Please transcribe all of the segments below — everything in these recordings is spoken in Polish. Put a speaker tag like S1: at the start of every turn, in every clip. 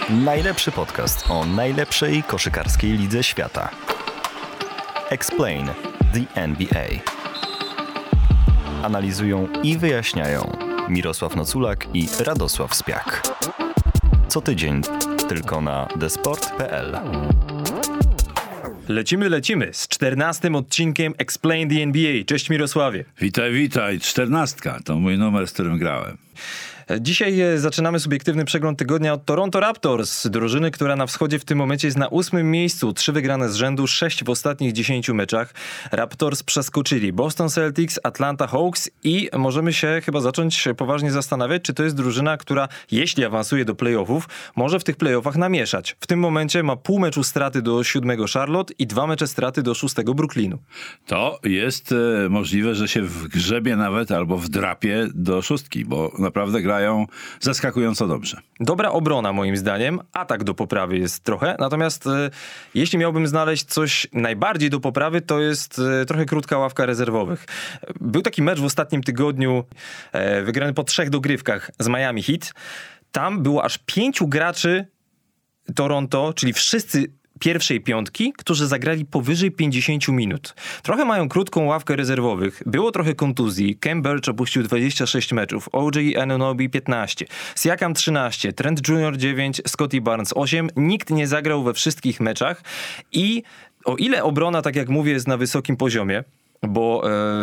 S1: Najlepszy podcast o najlepszej koszykarskiej lidze świata. Explain the NBA. Analizują i wyjaśniają Mirosław Noculak i Radosław Spiak. Co tydzień tylko na thesport.pl.
S2: Lecimy z 14 odcinkiem Explain the NBA. Cześć Mirosławie.
S3: Witaj. 14. To mój numer, z którym grałem.
S2: Dzisiaj zaczynamy subiektywny przegląd tygodnia od Toronto Raptors, drużyny, która na wschodzie w tym momencie jest na 8. miejscu. 3 wygrane z rzędu, 6 w ostatnich 10 meczach. Raptors przeskoczyli Boston Celtics, Atlanta Hawks i możemy się chyba zacząć poważnie zastanawiać, czy to jest drużyna, która jeśli awansuje do playoffów, może w tych playoffach namieszać. W tym momencie ma pół meczu straty do 7 Charlotte i 2 mecze straty do 6 Brooklynu.
S3: To jest możliwe, że się wgrzebie nawet albo wdrapie do 6, bo naprawdę grają zaskakująco dobrze.
S2: Dobra obrona moim zdaniem, atak do poprawy jest trochę, natomiast jeśli miałbym znaleźć coś najbardziej do poprawy, to jest trochę krótka ławka rezerwowych. Był taki mecz w ostatnim tygodniu, wygrany po 3 dogrywkach z Miami Heat. Tam było aż 5 graczy Toronto, czyli wszyscy pierwszej piątki, którzy zagrali powyżej 50 minut. Trochę mają krótką ławkę rezerwowych. Było trochę kontuzji. Khem Birch opuścił 26 meczów. OG Anunoby 15. Siakam 13. Trent Jr. 9. Scottie Barnes 8. Nikt nie zagrał we wszystkich meczach. I o ile obrona, tak jak mówię, jest na wysokim poziomie, bo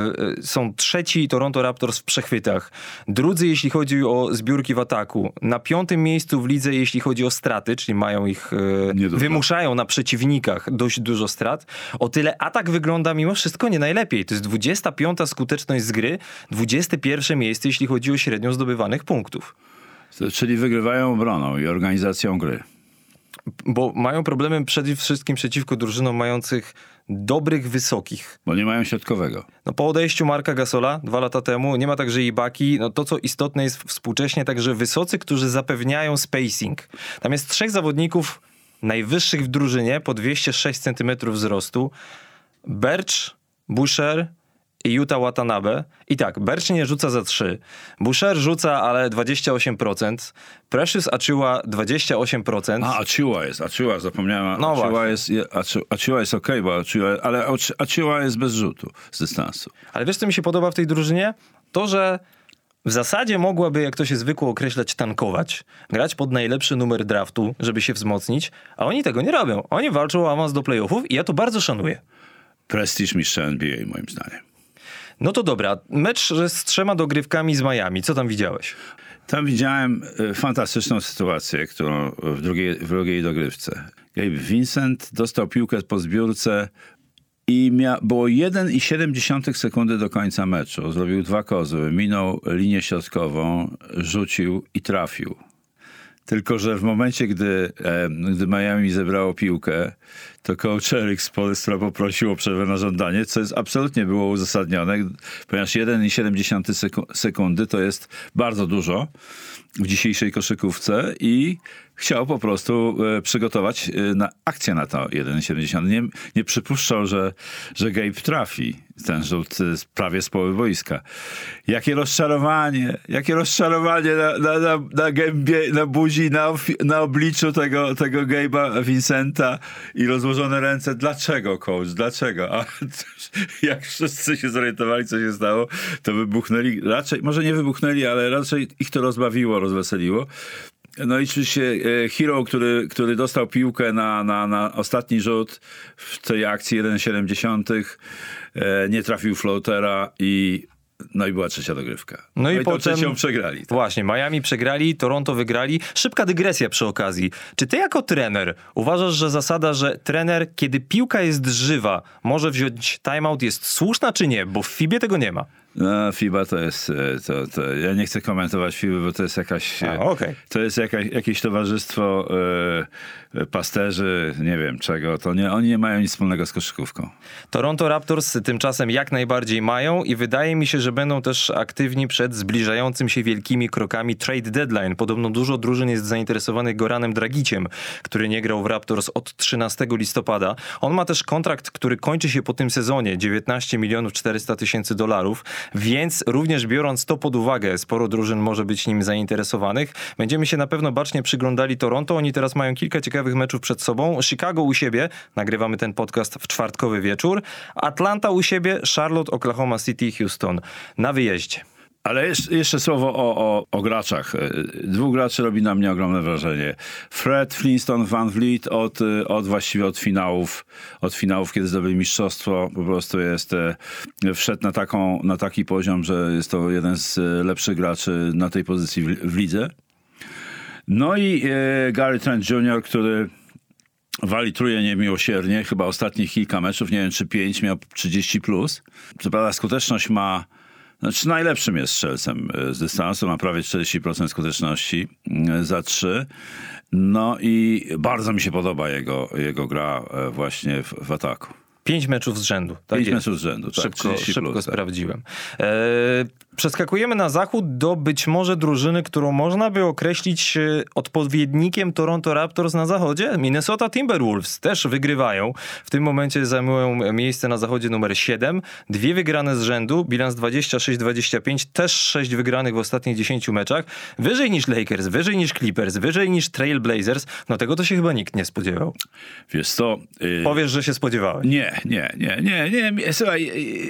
S2: są trzeci Toronto Raptors w przechwytach, drudzy jeśli chodzi o zbiórki w ataku, na 5. miejscu w lidze jeśli chodzi o straty, czyli mają ich, wymuszają na przeciwnikach dość dużo strat, o tyle atak wygląda mimo wszystko nie najlepiej. To jest 25. skuteczność z gry, 21. miejsce jeśli chodzi o średnią zdobywanych punktów.
S3: Czyli wygrywają obroną i organizacją gry.
S2: Bo mają problemy przede wszystkim przeciwko drużynom mających dobrych, wysokich.
S3: Bo nie mają środkowego.
S2: No po odejściu Marka Gasola 2 lata temu, nie ma także Ibaki. No to, co istotne jest współcześnie, także wysocy, którzy zapewniają spacing. Tam jest 3 zawodników najwyższych w drużynie, po 206 cm wzrostu. Birch, Boucher i Yuta Watanabe. I tak, Birch nie rzuca za 3. Boucher rzuca, ale 28%. Precious Achiuwa 28%.
S3: Achiuwa, zapomniałem.
S2: No
S3: Achiuwa jest okej, bo Achiuwa jest bez rzutu z dystansu.
S2: Ale wiesz, co mi się podoba w tej drużynie? To, że w zasadzie mogłaby, jak to się zwykło określać, tankować. Grać pod najlepszy numer draftu, żeby się wzmocnić, a oni tego nie robią. Oni walczą o awans do playoffów i ja to bardzo szanuję.
S3: Prestiż mistrza NBA, moim zdaniem.
S2: No to dobra, mecz z 3 dogrywkami z Miami. Co tam widziałeś?
S3: Tam widziałem fantastyczną sytuację, którą w drugiej dogrywce. Gabe Vincent dostał piłkę po zbiórce i było 1,7 sekundy do końca meczu. Zrobił 2 kozły, minął linię środkową, rzucił i trafił. Tylko że w momencie, gdy Miami zebrało piłkę, to coach Eric Spoelstra poprosił o przerwę na żądanie, co absolutnie było uzasadnione, ponieważ 1,7 sekundy to jest bardzo dużo w dzisiejszej koszykówce i chciał po prostu przygotować akcję na to 1,7. Nie przypuszczał, że Gabe trafi ten rzut prawie z połowy boiska. Jakie rozczarowanie na gębie, na buzi, na obliczu tego Gabe'a Vincenta i rozłożone ręce. Dlaczego, coach? Dlaczego? A jak wszyscy się zorientowali, co się stało, to wybuchnęli. Raczej, może nie wybuchnęli, ale raczej ich to rozweseliło. No i oczywiście Hero, który dostał piłkę na ostatni rzut w tej akcji 1,7, nie trafił floatera i była trzecia dogrywka. No i potem trzecią przegrali. Tak.
S2: Właśnie, Miami przegrali, Toronto wygrali. Szybka dygresja przy okazji. Czy ty jako trener uważasz, że zasada, że trener, kiedy piłka jest żywa, może wziąć timeout, jest słuszna czy nie? Bo w FIBie tego nie ma.
S3: No, FIBA to jest... ja nie chcę komentować FIBy, bo to jest jakaś...
S2: Okay.
S3: To jest jakieś towarzystwo pasterzy, nie wiem czego. Oni nie mają nic wspólnego z koszykówką.
S2: Toronto Raptors tymczasem jak najbardziej mają i wydaje mi się, że będą też aktywni przed zbliżającym się wielkimi krokami trade deadline. Podobno dużo drużyn jest zainteresowanych Goranem Dragiciem, który nie grał w Raptors od 13 listopada. On ma też kontrakt, który kończy się po tym sezonie, $19 400 000. więc również biorąc to pod uwagę, sporo drużyn może być nim zainteresowanych. Będziemy się na pewno bacznie przyglądali Toronto. Oni teraz mają kilka ciekawych meczów przed sobą. Chicago u siebie, nagrywamy ten podcast w czwartkowy wieczór. Atlanta u siebie, Charlotte, Oklahoma City, Houston na wyjeździe.
S3: Ale jeszcze słowo o graczach. Dwóch graczy robi na mnie ogromne wrażenie. Fred Flintstone Van Vliet właściwie od finałów, kiedy zdobyli mistrzostwo, po prostu wszedł na taki poziom, że jest to jeden z lepszych graczy na tej pozycji w lidze. No i Gary Trent Jr., który wali truje niemiłosiernie, chyba ostatnich kilka meczów, nie wiem czy 5, miał 30+. Co prawda skuteczność ma, znaczy najlepszym jest strzelcem z dystansu, ma prawie 40% skuteczności za 3. No i bardzo mi się podoba jego gra właśnie w ataku.
S2: 5 meczów z rzędu. Tak
S3: 5 meczów z rzędu, tak.
S2: Szybko sprawdziłem. Przeskakujemy na zachód do być może drużyny, którą można by określić odpowiednikiem Toronto Raptors na zachodzie. Minnesota Timberwolves też wygrywają. W tym momencie zajmują miejsce na zachodzie numer 7. 2 wygrane z rzędu, bilans 26-25, też 6 wygranych w ostatnich 10 meczach. Wyżej niż Lakers, wyżej niż Clippers, wyżej niż Trail Blazers. No tego to się chyba nikt nie spodziewał.
S3: Wiesz co?
S2: Powiesz, że się spodziewałeś.
S3: Nie. Słuchaj,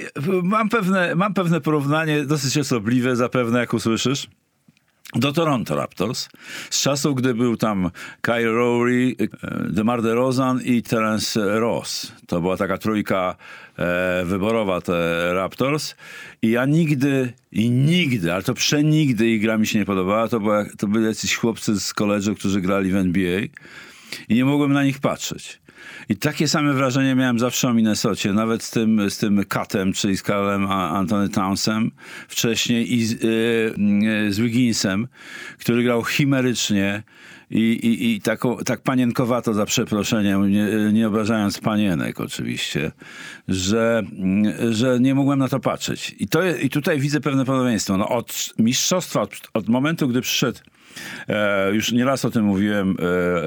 S3: mam pewne porównanie, dosyć osobliwe zapewne, jak usłyszysz, do Toronto Raptors. Z czasów, gdy był tam Kyle Lowry, DeMar DeRozan i Terence Ross. To była taka trójka wyborowa, te Raptors. I ja nigdy, ale to przenigdy ich gra mi się nie podobała. To byli jacyś chłopcy z college'u, którzy grali w NBA i nie mogłem na nich patrzeć. I takie same wrażenie miałem zawsze o Minnesocie, nawet z tym Katem, czyli z Karlem Anthony Townsem wcześniej i z Wigginsem, który grał chimerycznie i tak panienkowato, za przeproszeniem, nie obrażając panienek oczywiście, że nie mogłem na to patrzeć. I tutaj widzę pewne podobieństwo. No, od mistrzostwa, od momentu, gdy przyszedł, już nieraz o tym mówiłem,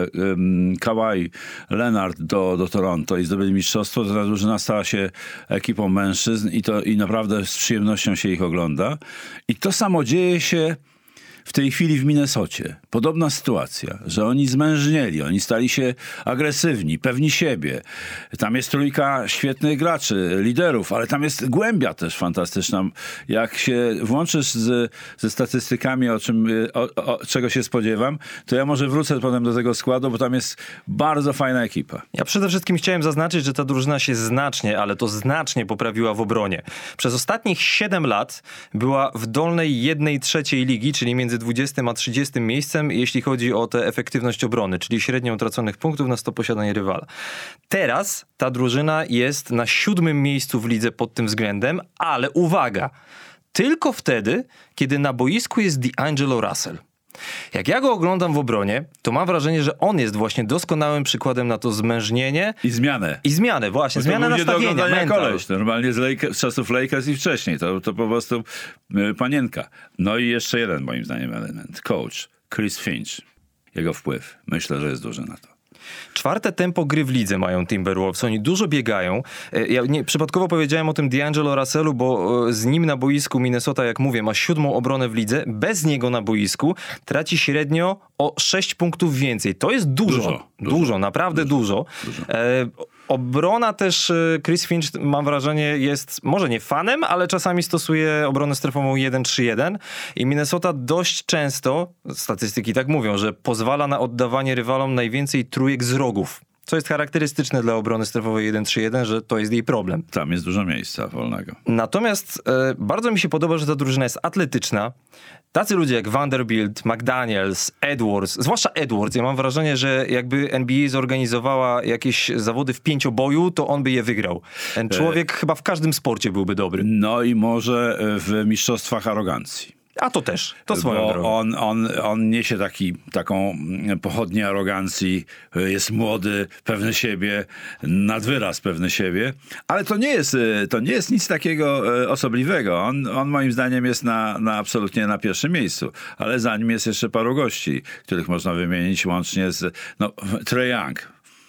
S3: Kawhi Leonard do Toronto i zdobyli mistrzostwo, to ta drużyna stała się ekipą mężczyzn i naprawdę z przyjemnością się ich ogląda. I to samo dzieje się w tej chwili w Minnesocie. Podobna sytuacja, że oni zmężnieli, oni stali się agresywni, pewni siebie. Tam jest trójka świetnych graczy, liderów, ale tam jest głębia też fantastyczna. Jak się włączysz ze statystykami, czego się spodziewam, to ja może wrócę potem do tego składu, bo tam jest bardzo fajna ekipa.
S2: Ja przede wszystkim chciałem zaznaczyć, że ta drużyna się znacznie poprawiła w obronie. Przez ostatnich 7 lat była w dolnej 1/3 ligi, czyli między 20 a 30 miejscem, jeśli chodzi o tę efektywność obrony, czyli średnią traconych punktów na 100 posiadań rywala. Teraz ta drużyna jest na 7 miejscu w lidze pod tym względem, ale uwaga, tylko wtedy, kiedy na boisku jest D'Angelo Russell. Jak ja go oglądam w obronie, to mam wrażenie, że on jest właśnie doskonałym przykładem na to zmężnienie.
S3: I zmianę.
S2: Właśnie. Zmianę nastawienia.
S3: Koleś, normalnie z czasów Lakers i wcześniej. To po prostu panienka. No i jeszcze jeden, moim zdaniem, element. Coach Chris Finch. Jego wpływ. Myślę, że jest duży na to.
S2: 4. tempo gry w lidze mają Timberwolves. Oni dużo biegają. Ja przypadkowo powiedziałem o tym D'Angelo Russellu, bo z nim na boisku Minnesota, jak mówię, ma 7. obronę w lidze. Bez niego na boisku traci średnio o 6 punktów więcej. To jest dużo, naprawdę dużo. Obrona też Chris Finch, mam wrażenie, jest może nie fanem, ale czasami stosuje obronę strefową 1-3-1 i Minnesota dość często, statystyki tak mówią, że pozwala na oddawanie rywalom najwięcej trójek z rogów. Co jest charakterystyczne dla obrony strefowej 1-3-1, że to jest jej problem.
S3: Tam jest dużo miejsca wolnego.
S2: Natomiast bardzo mi się podoba, że ta drużyna jest atletyczna. Tacy ludzie jak Vanderbilt, McDaniels, Edwards, zwłaszcza Edwards, ja mam wrażenie, że jakby NBA zorganizowała jakieś zawody w 5-boju, to on by je wygrał. Ten człowiek chyba w każdym sporcie byłby dobry.
S3: No i może w mistrzostwach arogancji.
S2: A to też, to swoją drogą.
S3: On niesie taką pochodnię arogancji, jest młody, pewny siebie, nad wyraz pewny siebie, ale to nie jest nic takiego osobliwego. On moim zdaniem jest absolutnie na pierwszym miejscu, ale za nim jest jeszcze paru gości, których można wymienić łącznie z Trae Young.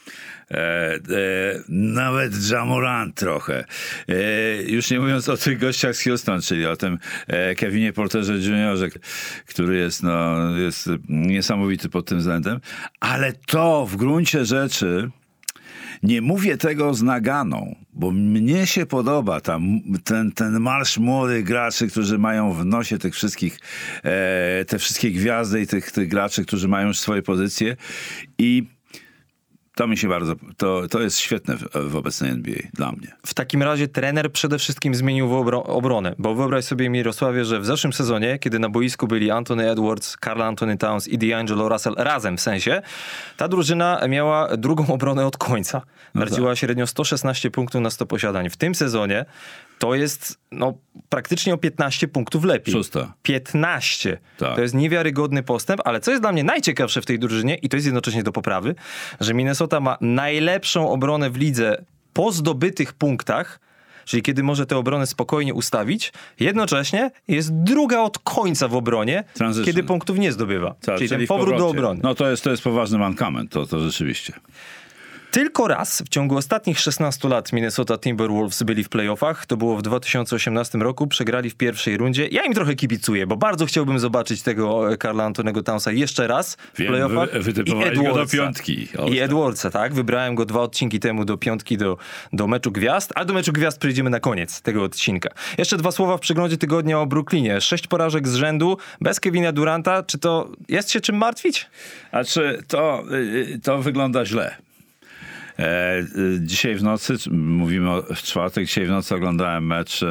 S3: Nawet Ja Morant trochę. Już nie mówiąc o tych gościach z Houston, czyli o tym Kevinie Porterze Jr., który jest niesamowity pod tym względem. Ale to w gruncie rzeczy nie mówię tego z naganą, bo mnie się podoba ten marsz młodych graczy, którzy mają w nosie tych wszystkich, te wszystkie gwiazdy i tych graczy, którzy mają już swoje pozycje i to mi się bardzo, to jest świetne w obecnej NBA dla mnie.
S2: W takim razie trener przede wszystkim zmienił obronę, bo wyobraź sobie, Mirosławie, że w zeszłym sezonie, kiedy na boisku byli Anthony Edwards, Karl Anthony Towns i D'Angelo Russell razem w sensie, ta drużyna miała drugą obronę od końca. Gardziła średnio 116 punktów na 100 posiadań. W tym sezonie to jest praktycznie o 15 punktów lepiej. 15.
S3: Tak.
S2: To jest niewiarygodny postęp, ale co jest dla mnie najciekawsze w tej drużynie, i to jest jednocześnie do poprawy, że Minnesota ma najlepszą obronę w lidze po zdobytych punktach, czyli kiedy może tę obronę spokojnie ustawić, jednocześnie jest druga od końca w obronie, kiedy punktów nie zdobywa. Czyli ten powrót do obrony.
S3: No to jest poważny mankament, to rzeczywiście.
S2: Tylko raz w ciągu ostatnich 16 lat Minnesota Timberwolves byli w playoffach. To było w 2018 roku. Przegrali w pierwszej rundzie. Ja im trochę kibicuję, bo bardzo chciałbym zobaczyć tego Karla Antonego Townsa jeszcze raz w playoffach.
S3: Wytypowali go do piątki.
S2: I Edwardsa, tak? Wybrałem go 2 odcinki temu do piątki do meczu gwiazd, a do meczu gwiazd przejdziemy na koniec tego odcinka. Jeszcze 2 słowa w przeglądzie tygodnia o Brooklynie. 6 porażek z rzędu, bez Kevina Duranta. Czy to jest się czym martwić?
S3: A czy to wygląda źle? Dzisiaj w nocy, mówimy w czwartek, dzisiaj w nocy oglądałem mecz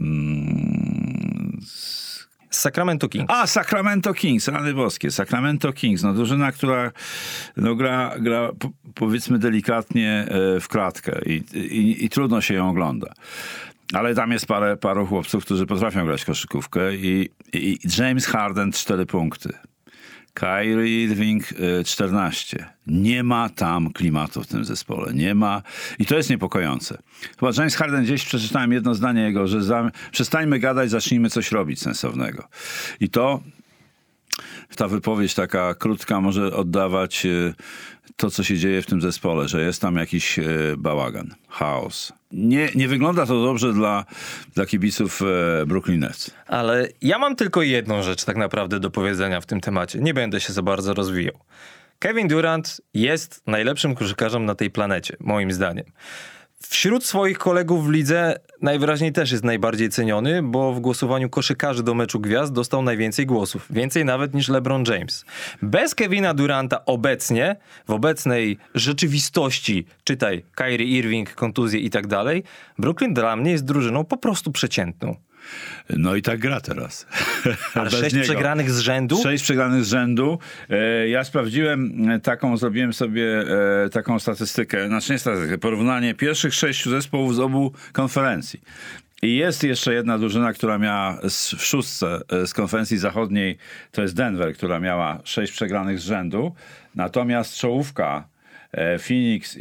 S2: z Sacramento Kings.
S3: Sacramento Kings, rany boskie. Sacramento Kings, drużyna, która gra powiedzmy delikatnie w klatkę i trudno się ją ogląda. Ale tam jest paru chłopców, którzy potrafią grać koszykówkę i James Harden 4 punkty. Kyrie Irving 14. Nie ma tam klimatu w tym zespole. Nie ma. I to jest niepokojące. Chyba James Harden gdzieś przeczytałem jedno zdanie jego, że przestańmy gadać, zacznijmy coś robić sensownego. I ta wypowiedź taka krótka może oddawać to, co się dzieje w tym zespole, że jest tam jakiś bałagan, chaos. Nie wygląda to dobrze dla kibiców Brooklyn Nets.
S2: Ale ja mam tylko jedną rzecz tak naprawdę do powiedzenia w tym temacie. Nie będę się za bardzo rozwijał. Kevin Durant jest najlepszym koszykarzem na tej planecie, moim zdaniem. Wśród swoich kolegów w lidze najwyraźniej też jest najbardziej ceniony, bo w głosowaniu koszykarzy do meczu gwiazd dostał najwięcej głosów. Więcej nawet niż LeBron James. Bez Kevina Duranta obecnie, w obecnej rzeczywistości, czytaj Kyrie Irving, kontuzje i tak dalej, Brooklyn dla mnie jest drużyną po prostu przeciętną.
S3: No i tak gra teraz.
S2: Ale 6 przegranych z rzędu?
S3: 6 przegranych z rzędu. Ja sprawdziłem zrobiłem sobie taką statystykę, znaczy nie statystykę, porównanie pierwszych 6 zespołów z obu konferencji. I jest jeszcze jedna drużyna, która miała w 6 z konferencji zachodniej, to jest Denver, która miała 6 przegranych z rzędu. Natomiast czołówka Phoenix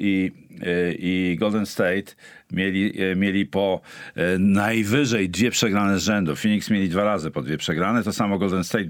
S3: i Golden State mieli po najwyżej 2 przegrane z rzędu. Phoenix mieli 2 razy po 2 przegrane, to samo Golden State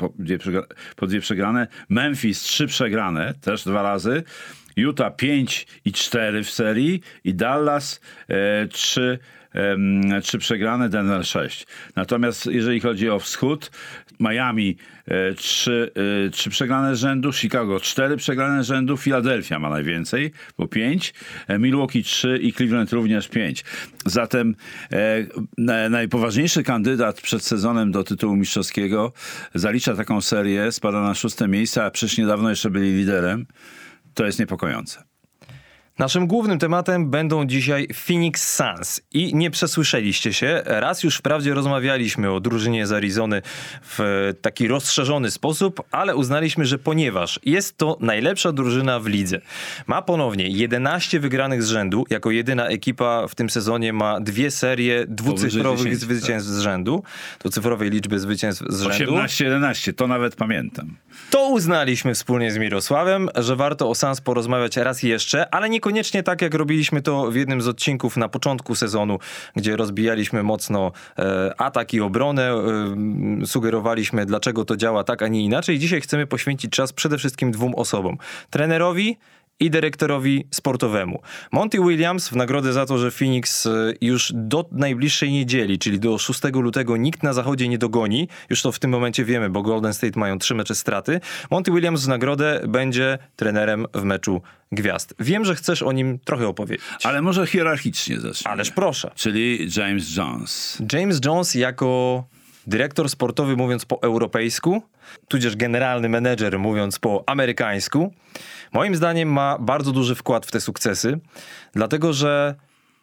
S3: po 2 przegrane. Memphis 3 przegrane, też 2 razy. Utah 5-4 w serii i Dallas 3 przegrane, Denver 6. Natomiast jeżeli chodzi o wschód, Miami 3 przegrane z rzędu, Chicago 4 przegrane z rzędu, Philadelphia ma najwięcej, bo 5, Milwaukee 3 i Cleveland również 5. Zatem najpoważniejszy kandydat przed sezonem do tytułu mistrzowskiego zalicza taką serię, spada na 6 miejsce, a przecież niedawno jeszcze byli liderem. To jest niepokojące.
S2: Naszym głównym tematem będą dzisiaj Phoenix Suns. I nie przesłyszeliście się. Raz już wprawdzie rozmawialiśmy o drużynie z Arizony w taki rozszerzony sposób, ale uznaliśmy, że ponieważ jest to najlepsza drużyna w lidze, ma ponownie 11 wygranych z rzędu, jako jedyna ekipa w tym sezonie ma 2 serie dwucyfrowych zwycięstw z rzędu, dwucyfrowej liczby zwycięstw z rzędu.
S3: 18-11, to nawet pamiętam.
S2: To uznaliśmy wspólnie z Mirosławem, że warto o Suns porozmawiać raz jeszcze, ale niekoniecznie tak, jak robiliśmy to w jednym z odcinków na początku sezonu, gdzie rozbijaliśmy mocno atak i obronę, sugerowaliśmy, dlaczego to działa tak, a nie inaczej. Dzisiaj chcemy poświęcić czas przede wszystkim 2 osobom. Trenerowi i dyrektorowi sportowemu. Monty Williams w nagrodę za to, że Phoenix już do najbliższej niedzieli, czyli do 6 lutego nikt na zachodzie nie dogoni. Już to w tym momencie wiemy, bo Golden State mają 3 mecze straty. Monty Williams w nagrodę będzie trenerem w meczu gwiazd. Wiem, że chcesz o nim trochę opowiedzieć.
S3: Ale może hierarchicznie zacznijmy.
S2: Ależ proszę.
S3: Czyli James Jones.
S2: James Jones jako dyrektor sportowy, mówiąc po europejsku, tudzież generalny menedżer, mówiąc po amerykańsku, moim zdaniem ma bardzo duży wkład w te sukcesy, dlatego że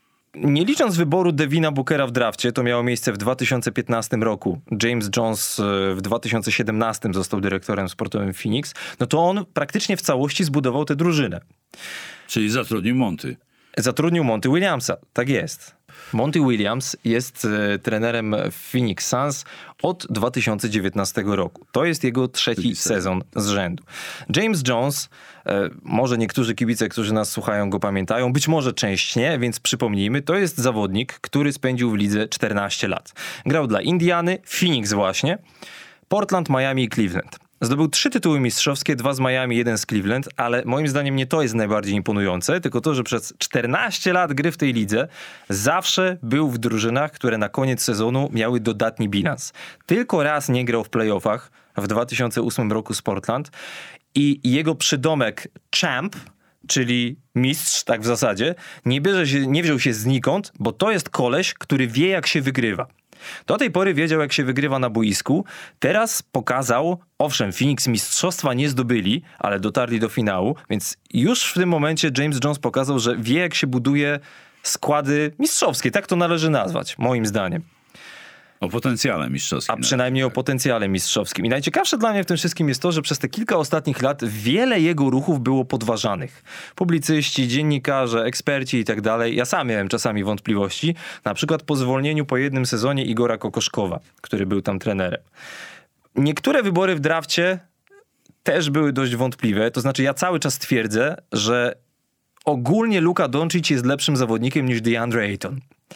S2: nie licząc wyboru Devina Bookera w drafcie, to miało miejsce w 2015 roku. James Jones w 2017 został dyrektorem sportowym Phoenix, no to on praktycznie w całości zbudował tę drużynę.
S3: Czyli zatrudnił Monty.
S2: Zatrudnił Monty Williamsa, tak jest. Monty Williams jest trenerem Phoenix Suns od 2019 roku. To jest jego trzeci sezon z rzędu. James Jones, może niektórzy kibice, którzy nas słuchają, go pamiętają, być może część nie, więc przypomnijmy, to jest zawodnik, który spędził w lidze 14 lat. Grał dla Indiany, Phoenix właśnie, Portland, Miami i Cleveland. Zdobył 3 tytuły mistrzowskie, 2 z Miami, 1 z Cleveland, ale moim zdaniem nie to jest najbardziej imponujące, tylko to, że przez 14 lat gry w tej lidze zawsze był w drużynach, które na koniec sezonu miały dodatni bilans. Tylko raz nie grał w playoffach w 2008 roku z Portland i jego przydomek champ, czyli mistrz, tak w zasadzie, nie wziął się znikąd, bo to jest koleś, który wie, jak się wygrywa. Do tej pory wiedział, jak się wygrywa na boisku. Teraz pokazał, owszem, Phoenix mistrzostwa nie zdobyli, ale dotarli do finału, więc już w tym momencie James Jones pokazał, że wie, jak się buduje składy mistrzowskie. Tak to należy nazwać, moim zdaniem.
S3: O potencjale mistrzowskim.
S2: A przynajmniej o potencjale mistrzowskim. I najciekawsze dla mnie w tym wszystkim jest to, że przez te kilka ostatnich lat wiele jego ruchów było podważanych. Publicyści, dziennikarze, eksperci i tak dalej. Ja sam miałem czasami wątpliwości. Na przykład po zwolnieniu po jednym sezonie Igora Kokoszkowa, który był tam trenerem. Niektóre wybory w drafcie też były dość wątpliwe. To znaczy ja cały czas twierdzę, że ogólnie Luka Doncic jest lepszym zawodnikiem niż DeAndre Ayton.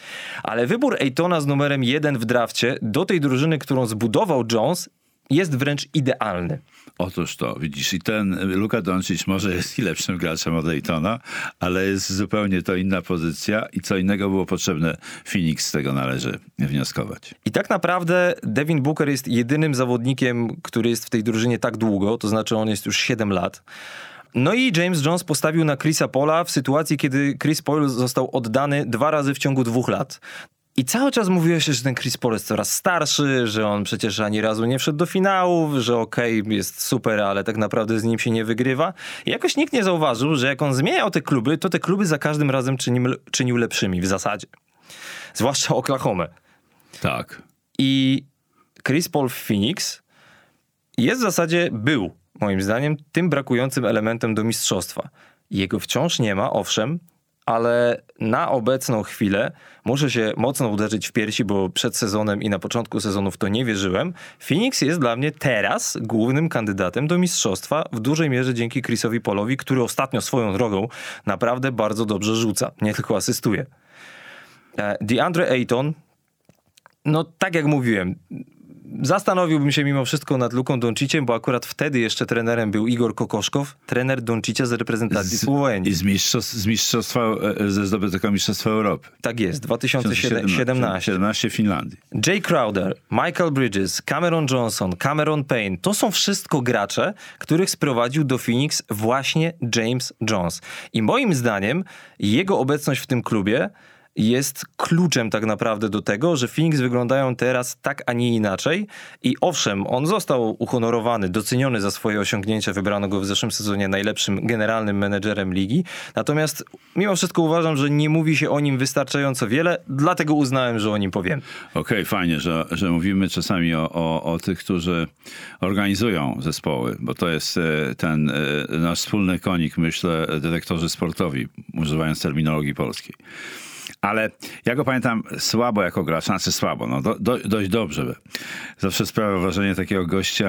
S2: Ale wybór Aytona z numerem 1 w drafcie do tej drużyny, którą zbudował Jones, jest wręcz idealny.
S3: Otóż to, widzisz, i ten Luka Doncic może jest i lepszym graczem od Aytona, ale jest zupełnie to inna pozycja i co innego było potrzebne Phoenix, z tego należy wnioskować.
S2: I tak naprawdę Devin Booker jest jedynym zawodnikiem, który jest w tej drużynie tak długo, to znaczy on jest już 7 lat. No i James Jones postawił na Chrisa Paula w sytuacji, kiedy Chris Paul został oddany 2 razy w ciągu 2 lat. I cały czas mówiło się, że ten Chris Paul jest coraz starszy, że on przecież ani razu nie wszedł do finałów, że okej, jest super, ale tak naprawdę z nim się nie wygrywa. I jakoś nikt nie zauważył, że jak on zmieniał te kluby, to te kluby za każdym razem czynił lepszymi w zasadzie. Zwłaszcza Oklahomę.
S3: Tak.
S2: I Chris Paul w Phoenix jest w zasadzie, był moim zdaniem, tym brakującym elementem do mistrzostwa. Jego wciąż nie ma, owszem, ale na obecną chwilę muszę się mocno uderzyć w piersi, bo przed sezonem i na początku sezonu w to nie wierzyłem. Phoenix jest dla mnie teraz głównym kandydatem do mistrzostwa, w dużej mierze dzięki Chrisowi Paulowi, który ostatnio swoją drogą naprawdę bardzo dobrze rzuca, nie tylko asystuje. DeAndre Ayton, no tak jak mówiłem, zastanowiłbym się mimo wszystko nad Luką Donciciem, bo akurat wtedy jeszcze trenerem był Igor Kokoszkow, trener Doncicia z reprezentacji Słowenii.
S3: I z mistrzostwa, ze zdobytego mistrzostwa Europy.
S2: Tak jest, 2017.
S3: 17 Finlandii.
S2: Jay Crowder, Michael Bridges, Cameron Johnson, Cameron Payne, to są wszystko gracze, których sprowadził do Phoenix właśnie James Jones. I moim zdaniem jego obecność w tym klubie jest kluczem tak naprawdę do tego, że Phoenix wyglądają teraz tak, a nie inaczej. I owszem, on został uhonorowany, doceniony za swoje osiągnięcia. Wybrano go w zeszłym sezonie najlepszym generalnym menedżerem ligi. Natomiast mimo wszystko uważam, że nie mówi się o nim wystarczająco wiele, dlatego uznałem, że o nim powiem.
S3: Okej, fajnie, że mówimy czasami o tych, którzy organizują zespoły, bo to jest ten nasz wspólny konik, myślę, dyrektorzy sportowi, używając terminologii polskiej. Ale ja go pamiętam słabo jako gracz, znaczy słabo, no dość dobrze. Zawsze sprawia wrażenie takiego gościa,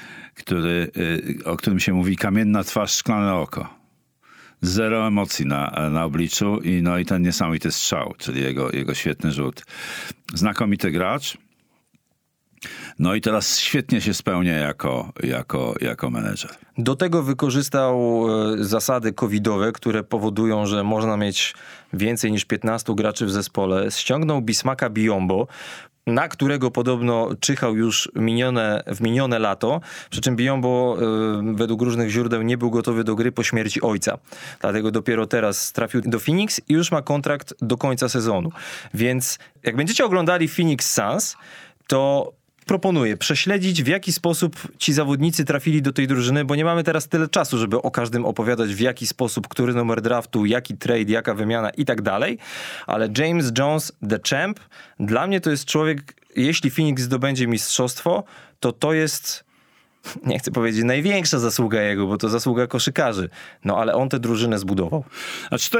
S3: o którym się mówi kamienna twarz, szklane oko. Zero emocji na obliczu i ten niesamowity strzał, czyli jego świetny rzut. Znakomity gracz, No i teraz świetnie się spełnia jako menedżer.
S2: Do tego wykorzystał zasady covidowe, które powodują, że można mieć więcej niż 15 graczy w zespole. Ściągnął Bismacka Biyombo, na którego podobno czyhał już w minione lato, przy czym Biyombo według różnych źródeł nie był gotowy do gry po śmierci ojca. Dlatego dopiero teraz trafił do Phoenix i już ma kontrakt do końca sezonu. Więc jak będziecie oglądali Phoenix Suns, to proponuję prześledzić, w jaki sposób ci zawodnicy trafili do tej drużyny, bo nie mamy teraz tyle czasu, żeby o każdym opowiadać, w jaki sposób, który numer draftu, jaki trade, jaka wymiana i tak dalej. Ale James Jones, the champ, dla mnie to jest człowiek, jeśli Phoenix zdobędzie mistrzostwo, to jest, nie chcę powiedzieć największa zasługa jego, bo to zasługa koszykarzy. No ale on tę drużynę zbudował.
S3: Znaczy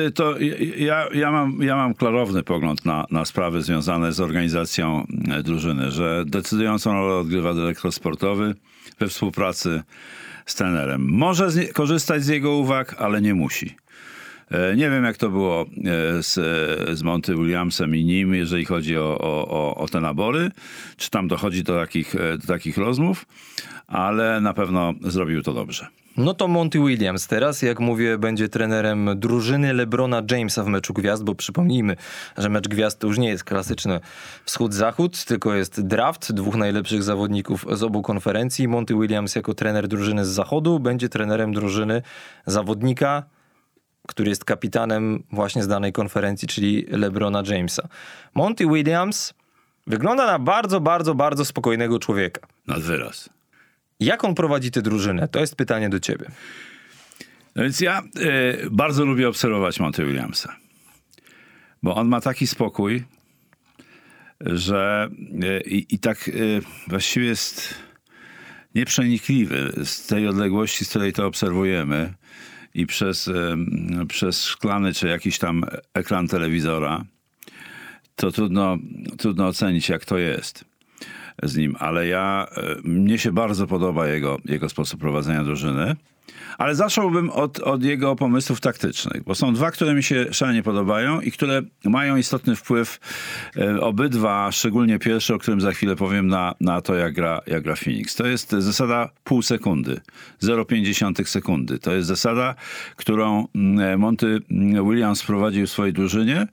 S3: ja mam klarowny pogląd na sprawy związane z organizacją drużyny, że decydującą rolę odgrywa dyrektor sportowy we współpracy z trenerem. Może korzystać z jego uwag, ale nie musi. Nie wiem, jak to było z Monty Williamsem i nim, jeżeli chodzi o te nabory, czy tam dochodzi do takich rozmów, ale na pewno zrobił to dobrze.
S2: No to Monty Williams teraz, jak mówię, będzie trenerem drużyny LeBrona Jamesa w meczu gwiazd, bo przypomnijmy, że mecz gwiazd to już nie jest klasyczny wschód-zachód, tylko jest draft 2 najlepszych zawodników z obu konferencji. Monty Williams jako trener drużyny z zachodu będzie trenerem drużyny zawodnika, który jest kapitanem właśnie z danej konferencji, czyli LeBrona Jamesa. Monty Williams wygląda na bardzo, bardzo, bardzo spokojnego człowieka.
S3: Nad wyraz.
S2: Jak on prowadzi tę drużynę? To jest pytanie do ciebie.
S3: No więc ja bardzo lubię obserwować Monty Williamsa. Bo on ma taki spokój, że tak właściwie jest nieprzenikliwy z tej odległości, z której to obserwujemy i przez szklany czy jakiś tam ekran telewizora, to trudno ocenić, jak to jest z nim. Ale mnie się bardzo podoba jego sposób prowadzenia drużyny. Ale zacząłbym od jego pomysłów taktycznych, bo są 2, które mi się szalenie podobają i które mają istotny wpływ, obydwa, szczególnie pierwszy, o którym za chwilę powiem, na to, jak gra Phoenix. To jest zasada pół sekundy, 0,5 sekundy. To jest zasada, którą Monty Williams wprowadził w swojej drużynie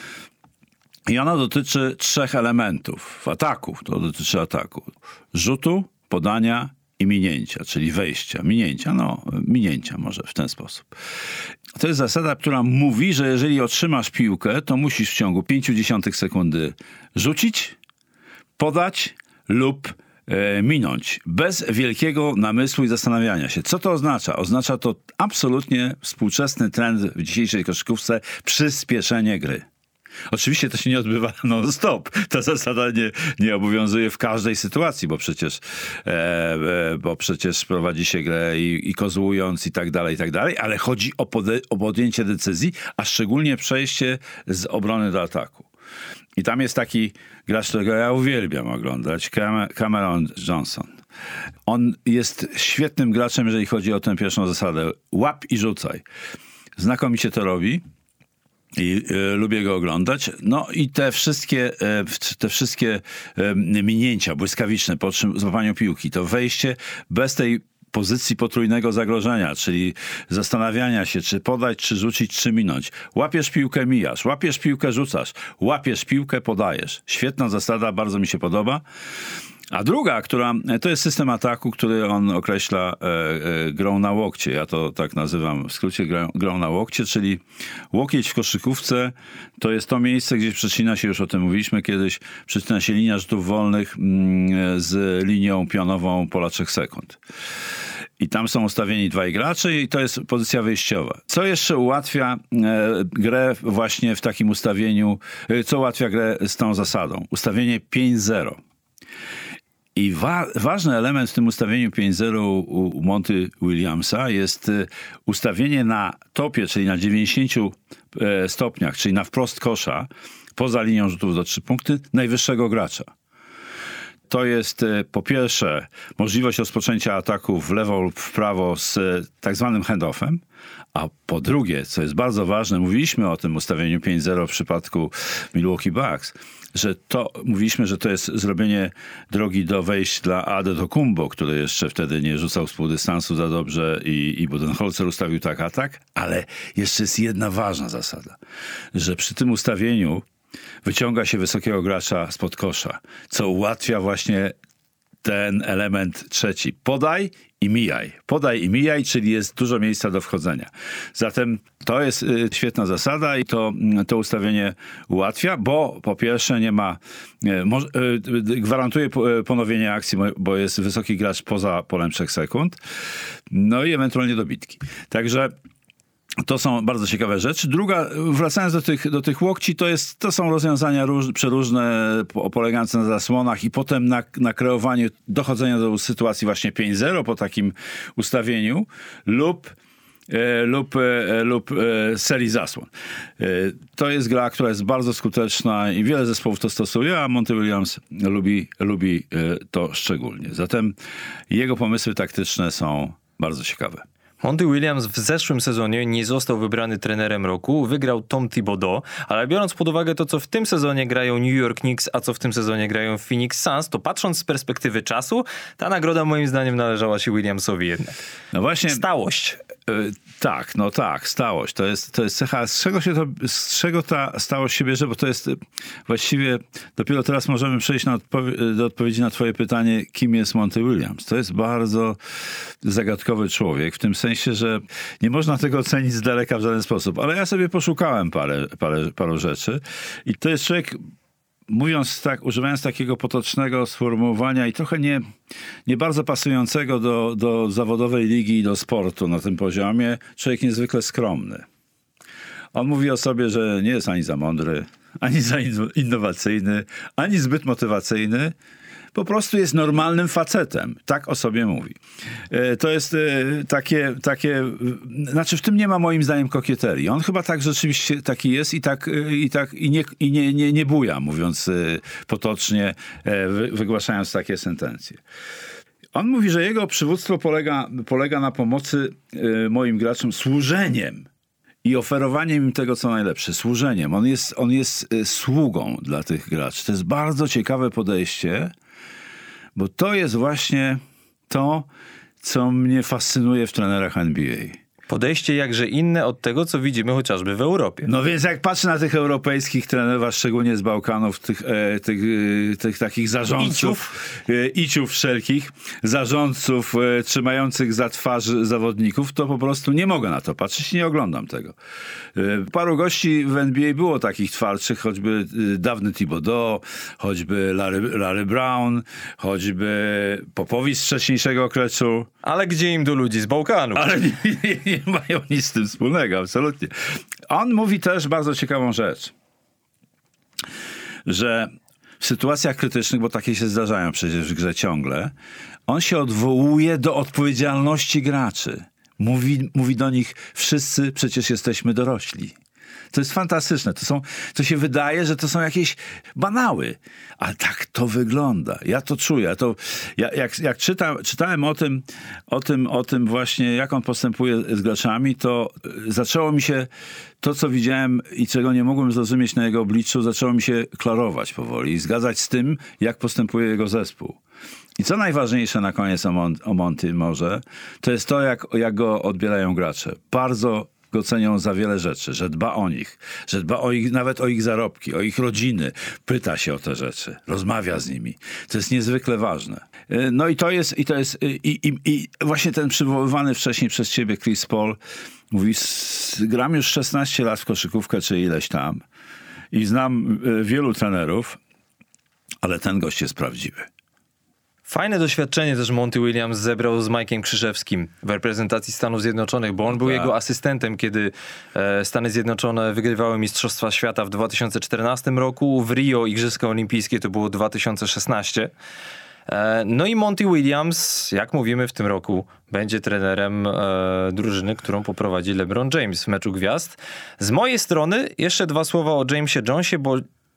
S3: i ona dotyczy 3 elementów. To dotyczy ataku. Rzutu, podania i minięcia, czyli wejścia. Minięcia może w ten sposób. To jest zasada, która mówi, że jeżeli otrzymasz piłkę, to musisz w ciągu 0,5 sekundy rzucić, podać lub minąć. Bez wielkiego namysłu i zastanawiania się. Co to oznacza? Oznacza to absolutnie współczesny trend w dzisiejszej koszykówce, przyspieszenie gry. Oczywiście to się nie odbywa non-stop. Ta zasada nie obowiązuje w każdej sytuacji, bo przecież prowadzi się grę i kozłując i tak dalej, ale chodzi o podjęcie decyzji, a szczególnie przejście z obrony do ataku. I tam jest taki gracz, którego ja uwielbiam oglądać, Cameron Johnson. On jest świetnym graczem, jeżeli chodzi o tę pierwszą zasadę. Łap i rzucaj. Znakomicie to robi. I lubię go oglądać. No i te wszystkie minięcia błyskawiczne po złapaniu piłki, to wejście bez tej pozycji potrójnego zagrożenia, czyli zastanawiania się, czy podać, czy rzucić, czy minąć. Łapiesz piłkę, mijasz. Łapiesz piłkę, rzucasz. Łapiesz piłkę, podajesz. Świetna zasada, bardzo mi się podoba. A druga, to jest system ataku, który on określa grą na łokcie. Ja to tak nazywam w skrócie grą na łokcie, czyli łokieć w koszykówce to jest to miejsce, gdzie przecina się, już o tym mówiliśmy kiedyś, przecina się linia rzutów wolnych z linią pionową pola 3 sekund. I tam są ustawieni 2 gracze i to jest pozycja wyjściowa. Co jeszcze ułatwia grę właśnie w takim ustawieniu, co ułatwia grę z tą zasadą? Ustawienie 5-0. I ważny element w tym ustawieniu 5-0 u Monty Williamsa jest ustawienie na topie, czyli na 90 stopniach, czyli na wprost kosza, poza linią rzutów do 3 punkty, najwyższego gracza. to jest po pierwsze możliwość rozpoczęcia ataku w lewo lub w prawo z tak zwanym handoffem, a po drugie, co jest bardzo ważne, mówiliśmy o tym ustawieniu 5-0 w przypadku Milwaukee Bucks, mówiliśmy, że to jest zrobienie drogi do wejść dla Antetokounmpo, który jeszcze wtedy nie rzucał z półdystansu za dobrze i Budenholzer ustawił tak atak, ale jeszcze jest jedna ważna zasada, że przy tym ustawieniu wyciąga się wysokiego gracza spod kosza, co ułatwia właśnie ten element trzeci. Podaj i mijaj. Podaj i mijaj, czyli jest dużo miejsca do wchodzenia. Zatem to jest świetna zasada i to ustawienie ułatwia, bo po pierwsze nie ma, gwarantuje ponowienie akcji, bo jest wysoki gracz poza polem 3 sekund, no i ewentualnie dobitki. Także to są bardzo ciekawe rzeczy. Druga, wracając do tych łokci, to są rozwiązania przeróżne, polegające na zasłonach i potem na kreowaniu dochodzenia do sytuacji właśnie 5-0 po takim ustawieniu lub serii zasłon. To jest gra, która jest bardzo skuteczna i wiele zespołów to stosuje, a Monty Williams lubi to szczególnie. Zatem jego pomysły taktyczne są bardzo ciekawe.
S2: Monty Williams w zeszłym sezonie nie został wybrany trenerem roku, wygrał Tom Thibodeau, ale biorąc pod uwagę to, co w tym sezonie grają New York Knicks, a co w tym sezonie grają Phoenix Suns, to patrząc z perspektywy czasu, ta nagroda moim zdaniem należała się Williamsowi jednak.
S3: No właśnie.
S2: Stałość.
S3: Stałość. To jest cecha. Z czego ta stałość się bierze? Bo to jest właściwie, dopiero teraz możemy przejść do odpowiedzi na twoje pytanie, kim jest Monty Williams. To jest bardzo zagadkowy człowiek, w tym sensie, że nie można tego ocenić z daleka w żaden sposób. Ale ja sobie poszukałem paru rzeczy i to jest człowiek, mówiąc tak, używając takiego potocznego sformułowania i trochę nie bardzo pasującego do zawodowej ligi i do sportu na tym poziomie, człowiek niezwykle skromny. On mówi o sobie, że nie jest ani za mądry, ani za innowacyjny, ani zbyt motywacyjny. Po prostu jest normalnym facetem. Tak o sobie mówi. To jest znaczy w tym nie ma moim zdaniem kokieterii. On chyba tak rzeczywiście taki jest i nie buja, mówiąc potocznie, wygłaszając takie sentencje. On mówi, że jego przywództwo polega na pomocy moim graczom służeniem i oferowaniem im tego, co najlepsze. Służeniem. On jest sługą dla tych graczy. To jest bardzo ciekawe podejście, bo to jest właśnie to, co mnie fascynuje w trenerach NBA.
S2: Podejście jakże inne od tego, co widzimy chociażby w Europie.
S3: No więc jak patrzę na tych europejskich trenerów, a szczególnie z Bałkanów, tych takich zarządców, iciów wszelkich, zarządców trzymających za twarz zawodników, to po prostu nie mogę na to patrzeć i nie oglądam tego. Paru gości w NBA było takich twardszych, choćby dawny Thibodeau, choćby Larry Brown, choćby Popowicz z wcześniejszego okresu.
S2: Ale gdzie im do ludzi z Bałkanów?
S3: Ale nie mają nic z tym wspólnego, absolutnie. On mówi też bardzo ciekawą rzecz, że w sytuacjach krytycznych, bo takie się zdarzają przecież w grze ciągle, on się odwołuje do odpowiedzialności graczy. Mówi do nich, wszyscy przecież jesteśmy dorośli. To jest fantastyczne. To się wydaje, że to są jakieś banały. Ale tak to wygląda. Ja to czuję. Jak czytałem o tym właśnie, jak on postępuje z graczami, to zaczęło mi się to, co widziałem i czego nie mogłem zrozumieć na jego obliczu, zaczęło mi się klarować powoli i zgadzać z tym, jak postępuje jego zespół. I co najważniejsze na koniec o Monty może, to jest to, jak go odbierają gracze. Bardzo go cenią za wiele rzeczy, że dba o nich, nawet o ich zarobki, o ich rodziny, pyta się o te rzeczy, rozmawia z nimi. To jest niezwykle ważne. No i właśnie ten przywoływany wcześniej przez ciebie Chris Paul mówi, gram już 16 lat w koszykówkę, czy ileś tam i znam wielu trenerów, ale ten gość jest prawdziwy.
S2: Fajne doświadczenie też Monty Williams zebrał z Mike'iem Krzyżewskim w reprezentacji Stanów Zjednoczonych, bo on był jego asystentem, kiedy Stany Zjednoczone wygrywały Mistrzostwa Świata w 2014 roku. W Rio Igrzyska Olimpijskie to było 2016. No i Monty Williams, jak mówimy w tym roku, będzie trenerem drużyny, którą poprowadzi LeBron James w meczu gwiazd. Z mojej strony jeszcze 2 słowa o Jamesie Jonesie, bo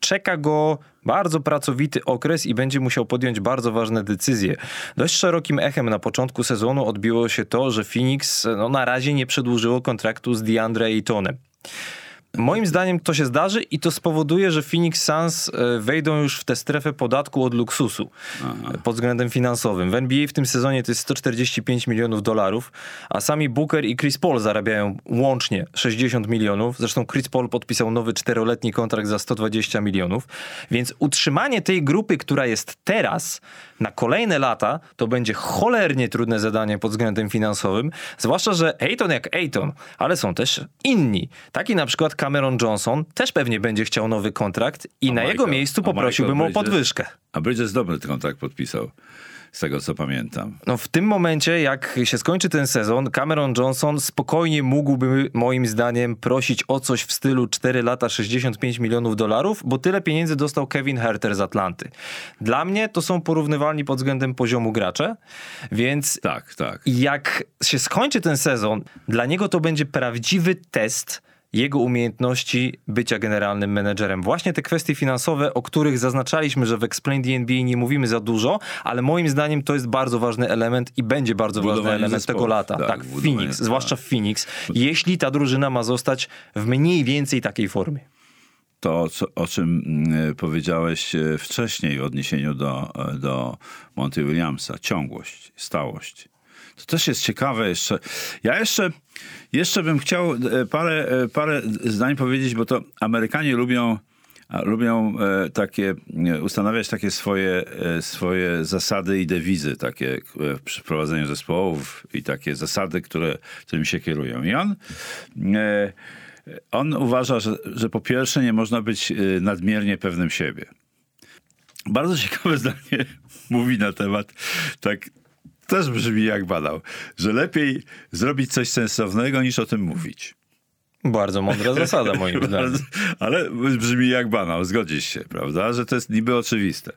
S2: czeka go bardzo pracowity okres i będzie musiał podjąć bardzo ważne decyzje. Dość szerokim echem na początku sezonu odbiło się to, że Phoenix na razie nie przedłużyło kontraktu z DeAndre Aytonem. Moim zdaniem to się zdarzy i to spowoduje, że Phoenix Suns wejdą już w tę strefę podatku od luksusu pod względem finansowym. W NBA w tym sezonie to jest $145 milionów, a sami Booker i Chris Paul zarabiają łącznie 60 milionów. Zresztą Chris Paul podpisał nowy 4-letni kontrakt za 120 milionów. Więc utrzymanie tej grupy, która jest teraz, na kolejne lata, to będzie cholernie trudne zadanie pod względem finansowym. Zwłaszcza, że Ayton jak Ayton, ale są też inni. Taki na przykład Cameron Johnson też pewnie będzie chciał nowy kontrakt i na jego miejscu poprosiłbym o podwyżkę.
S3: A Bridges dobry kontrakt podpisał, z tego co pamiętam.
S2: No w tym momencie, jak się skończy ten sezon, Cameron Johnson spokojnie mógłby, moim zdaniem, prosić o coś w stylu 4 lata, $65 milionów, bo tyle pieniędzy dostał Kevin Huerter z Atlanty. Dla mnie to są porównywalni pod względem poziomu gracze, więc
S3: Tak.
S2: jak się skończy ten sezon, dla niego to będzie prawdziwy test jego umiejętności bycia generalnym menedżerem. Właśnie te kwestie finansowe, o których zaznaczaliśmy, że w Explain the NBA nie mówimy za dużo, ale moim zdaniem to jest bardzo ważny element i będzie bardzo ważny element tego lata. Tak, w Phoenix, zwłaszcza w Phoenix, jeśli ta drużyna ma zostać w mniej więcej takiej formie.
S3: To, o czym powiedziałeś wcześniej w odniesieniu do Monty Williamsa, ciągłość, stałość. To też jest ciekawe jeszcze. Ja jeszcze bym chciał parę zdań powiedzieć, bo to Amerykanie lubią ustanawiać takie swoje zasady i dewizy takie przy prowadzeniu zespołów i takie zasady, którymi się kierują. I on uważa, że po pierwsze nie można być nadmiernie pewnym siebie. Bardzo ciekawe zdanie mówi na temat, tak też brzmi jak badał, że lepiej zrobić coś sensownego niż o tym mówić.
S2: Bardzo mądra zasada moim zdaniem.
S3: Ale brzmi jak banał, zgodzisz się, prawda? Że to jest niby oczywiste.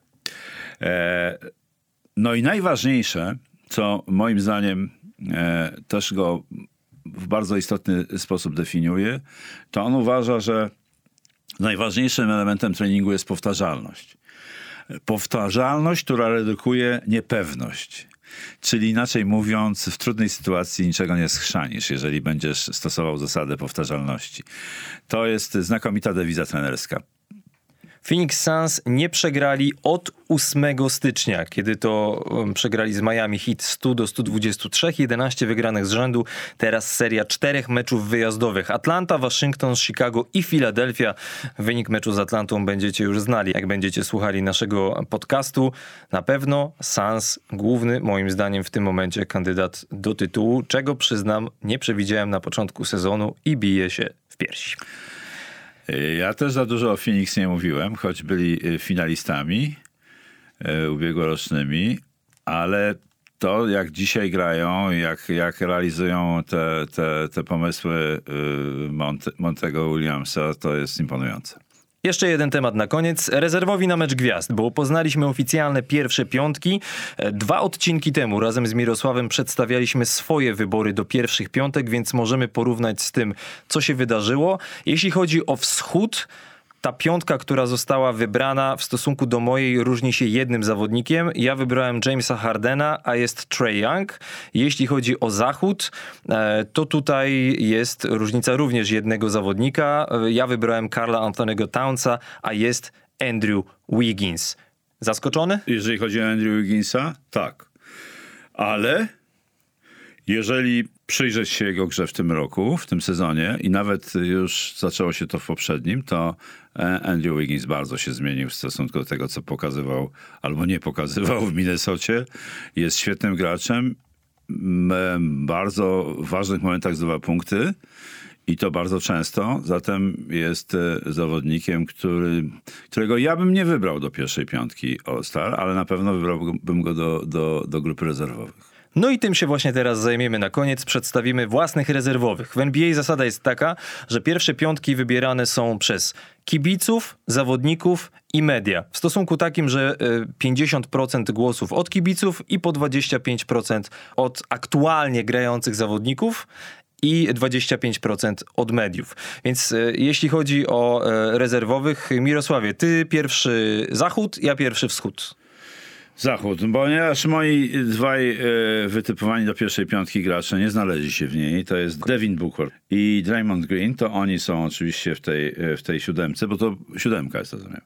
S3: No i najważniejsze, co moim zdaniem też go w bardzo istotny sposób definiuje, to on uważa, że najważniejszym elementem treningu jest powtarzalność. Powtarzalność, która redukuje niepewność. Czyli inaczej mówiąc, w trudnej sytuacji niczego nie schrzanisz, jeżeli będziesz stosował zasadę powtarzalności. To jest znakomita dewiza trenerska.
S2: Phoenix Suns nie przegrali od 8 stycznia, kiedy to przegrali z Miami Heat 100-123, 11 wygranych z rzędu. Teraz seria 4 meczów wyjazdowych. Atlanta, Waszyngton, Chicago i Filadelfia. Wynik meczu z Atlantą będziecie już znali, jak będziecie słuchali naszego podcastu. Na pewno Suns główny, moim zdaniem w tym momencie kandydat do tytułu, czego przyznam nie przewidziałem na początku sezonu i bije się w piersi.
S3: Ja też za dużo o Phoenix nie mówiłem, choć byli finalistami ubiegłorocznymi, ale to jak dzisiaj grają, jak realizują te pomysły Montego Williamsa, to jest imponujące.
S2: Jeszcze jeden temat na koniec. Rezerwowi na mecz gwiazd, bo poznaliśmy oficjalne pierwsze piątki. 2 odcinki temu razem z Mirosławem przedstawialiśmy swoje wybory do pierwszych piątek, więc możemy porównać z tym, co się wydarzyło. Jeśli chodzi o wschód, ta piątka, która została wybrana w stosunku do mojej, różni się jednym zawodnikiem. Ja wybrałem Jamesa Hardena, a jest Trae Young. Jeśli chodzi o zachód, to tutaj jest różnica również jednego zawodnika. Ja wybrałem Karla Anthony'ego Townsa, a jest Andrew Wiggins. Zaskoczony?
S3: Jeżeli chodzi o Andrew Wigginsa, tak. Ale jeżeli przyjrzeć się jego grze w tym roku, w tym sezonie i nawet już zaczęło się to w poprzednim, to Andrew Wiggins bardzo się zmienił w stosunku do tego, co pokazywał albo nie pokazywał w Minnesocie. Jest świetnym graczem. W bardzo ważnych momentach zdobywa punkty i to bardzo często. Zatem jest zawodnikiem, którego ja bym nie wybrał do pierwszej piątki All-Star, ale na pewno wybrałbym go do grupy rezerwowych.
S2: No i tym się właśnie teraz zajmiemy na koniec. Przedstawimy własnych rezerwowych. W NBA zasada jest taka, że pierwsze piątki wybierane są przez kibiców, zawodników i media. W stosunku takim, że 50% głosów od kibiców i po 25% od aktualnie grających zawodników. i 25% od mediów. Więc jeśli chodzi o rezerwowych, Mirosławie, ty pierwszy zachód, ja pierwszy wschód.
S3: Zachód, ponieważ moi dwaj wytypowani do pierwszej piątki gracze nie znaleźli się w niej, to jest Devin Booker i Draymond Green, to oni są oczywiście w tej siódemce, bo to siódemka jest, rozumiem.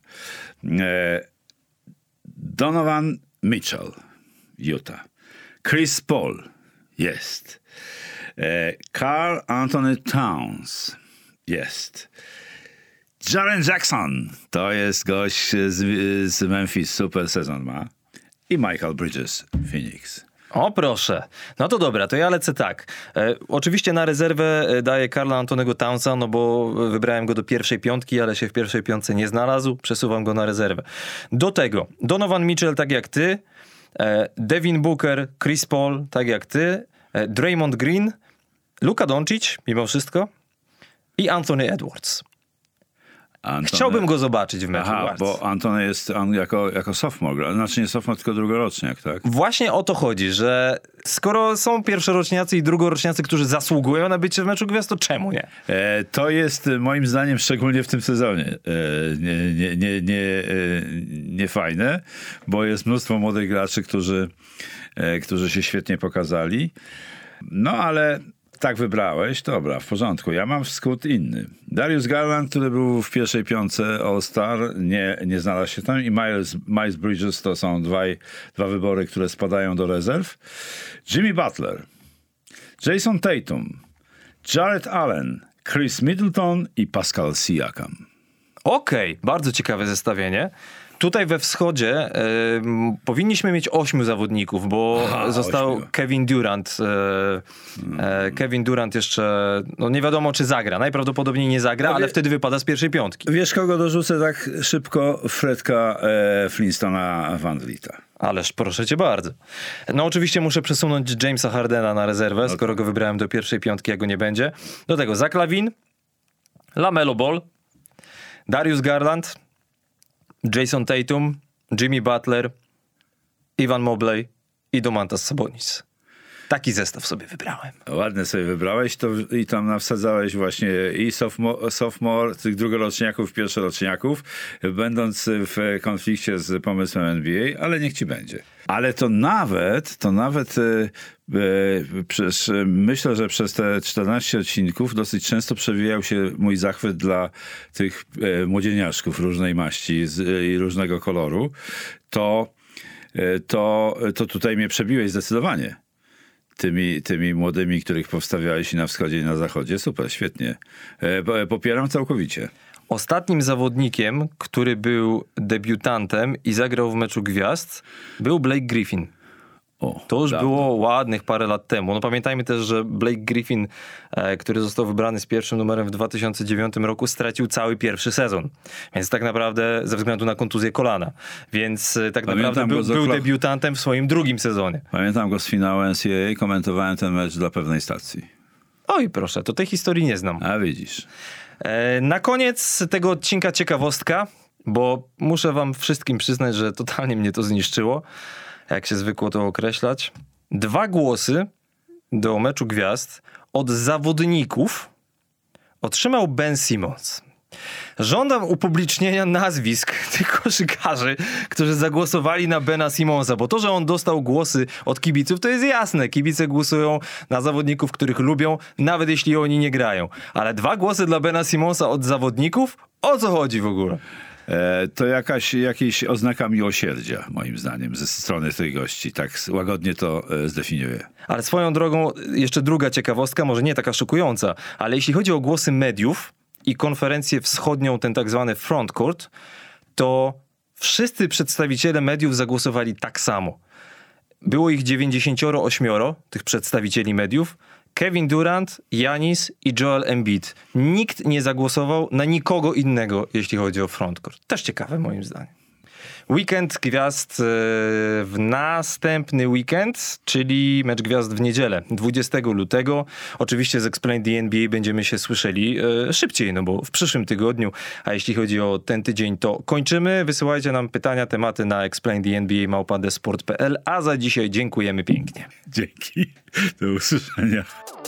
S3: Donovan Mitchell, Utah. Chris Paul jest. Karl Anthony Towns jest. Jaren Jackson to jest gość z Memphis, super sezon ma. I Michael Bridges, Phoenix.
S2: O proszę. No to dobra, to ja lecę tak. Oczywiście na rezerwę daję Karla Antonego Townsa, no bo wybrałem go do pierwszej piątki, ale się w pierwszej piątce nie znalazł. Przesuwam go na rezerwę. Do tego Donovan Mitchell tak jak ty, Devin Booker, Chris Paul tak jak ty, Draymond Green, Luka Doncic mimo wszystko i Anthony Edwards. Chciałbym go zobaczyć w meczu.
S3: Bo Antony jest jako sophomore, znaczy nie sophomore, tylko drugoroczniak, tak?
S2: Właśnie o to chodzi, że skoro są pierwszoroczniacy i drugoroczniacy, którzy zasługują na bycie w meczu gwiazd, to czemu nie?
S3: To jest moim zdaniem szczególnie w tym sezonie nie fajne, bo jest mnóstwo młodych graczy, którzy się świetnie pokazali. No ale tak wybrałeś, dobra, w porządku. Ja mam wschód inny. Darius Garland, który był w pierwszej piątce All-Star, nie znalazł się tam i Miles Bridges to są dwa wybory, które spadają do rezerw. Jimmy Butler, Jason Tatum, Jarrett Allen, Chris Middleton i Pascal Siakam.
S2: Okej, bardzo ciekawe zestawienie. Tutaj we wschodzie powinniśmy mieć 8 zawodników, bo został
S3: 8.
S2: Kevin Durant. Kevin Durant jeszcze, no nie wiadomo czy zagra. Najprawdopodobniej nie zagra, ale wtedy wypada z pierwszej piątki.
S3: Wiesz kogo dorzucę tak szybko? Fredka Flintstona Van Vlieta.
S2: Ależ proszę cię bardzo. No oczywiście muszę przesunąć Jamesa Hardena na rezerwę, skoro go wybrałem do pierwszej piątki, jak go nie będzie. Do tego Zach LaVine, LaMelo Ball, Darius Garland, Jason Tatum, Jimmy Butler, Evan Mobley i Domantas Sabonis. Taki zestaw sobie wybrałem.
S3: Ładnie sobie wybrałeś to i tam nawsadzałeś właśnie i sophomore, tych drugoroczniaków, pierwszoroczniaków, będąc w konflikcie z pomysłem NBA, ale niech ci będzie. Ale to nawet myślę, że przez te 14 odcinków dosyć często przewijał się mój zachwyt dla tych młodzieniaszków różnej maści i różnego koloru. To tutaj mnie przebiłeś zdecydowanie. Tymi młodymi, których powstawiałeś i na wschodzie i na zachodzie. Super, świetnie. Popieram całkowicie.
S2: Ostatnim zawodnikiem, który był debiutantem i zagrał w meczu gwiazd, był Blake Griffin. To już było ładnych parę lat temu. No pamiętajmy też, że Blake Griffin, który został wybrany z pierwszym numerem w 2009 roku, stracił cały pierwszy sezon. Więc tak naprawdę ze względu na kontuzję kolana. Więc tak naprawdę był debiutantem w swoim drugim sezonie.
S3: Pamiętam go z finału NCAA, komentowałem ten mecz dla pewnej stacji.
S2: Oj proszę, to tej historii nie znam.
S3: A widzisz.
S2: Na koniec tego odcinka ciekawostka, bo muszę wam wszystkim przyznać, że totalnie mnie to zniszczyło, jak się zwykło to określać. 2 głosy do meczu gwiazd od zawodników otrzymał Ben Simmons. Żądam upublicznienia nazwisk tych koszykarzy, którzy zagłosowali na Bena Simmonsa, bo to, że on dostał głosy od kibiców, to jest jasne. Kibice głosują na zawodników, których lubią, nawet jeśli oni nie grają. Ale 2 głosy dla Bena Simmonsa od zawodników? O co chodzi w ogóle?
S3: To jakaś oznaka miłosierdzia, moim zdaniem, ze strony tych gości. Tak łagodnie to zdefiniuję.
S2: Ale swoją drogą, jeszcze druga ciekawostka, może nie taka szokująca, ale jeśli chodzi o głosy mediów i konferencję wschodnią, ten tak zwany frontcourt, to wszyscy przedstawiciele mediów zagłosowali tak samo. Było ich 98 tych przedstawicieli mediów. Kevin Durant, Giannis i Joel Embiid. Nikt nie zagłosował na nikogo innego, jeśli chodzi o frontcourt. Też ciekawe moim zdaniem. Weekend gwiazd w następny weekend, czyli mecz gwiazd w niedzielę, 20 lutego. Oczywiście z Explain the NBA będziemy się słyszeli szybciej, no bo w przyszłym tygodniu. A jeśli chodzi o ten tydzień, to kończymy. Wysyłajcie nam pytania, tematy na explainthenba@desport.pl. A za dzisiaj dziękujemy pięknie.
S3: Dzięki. Do usłyszenia.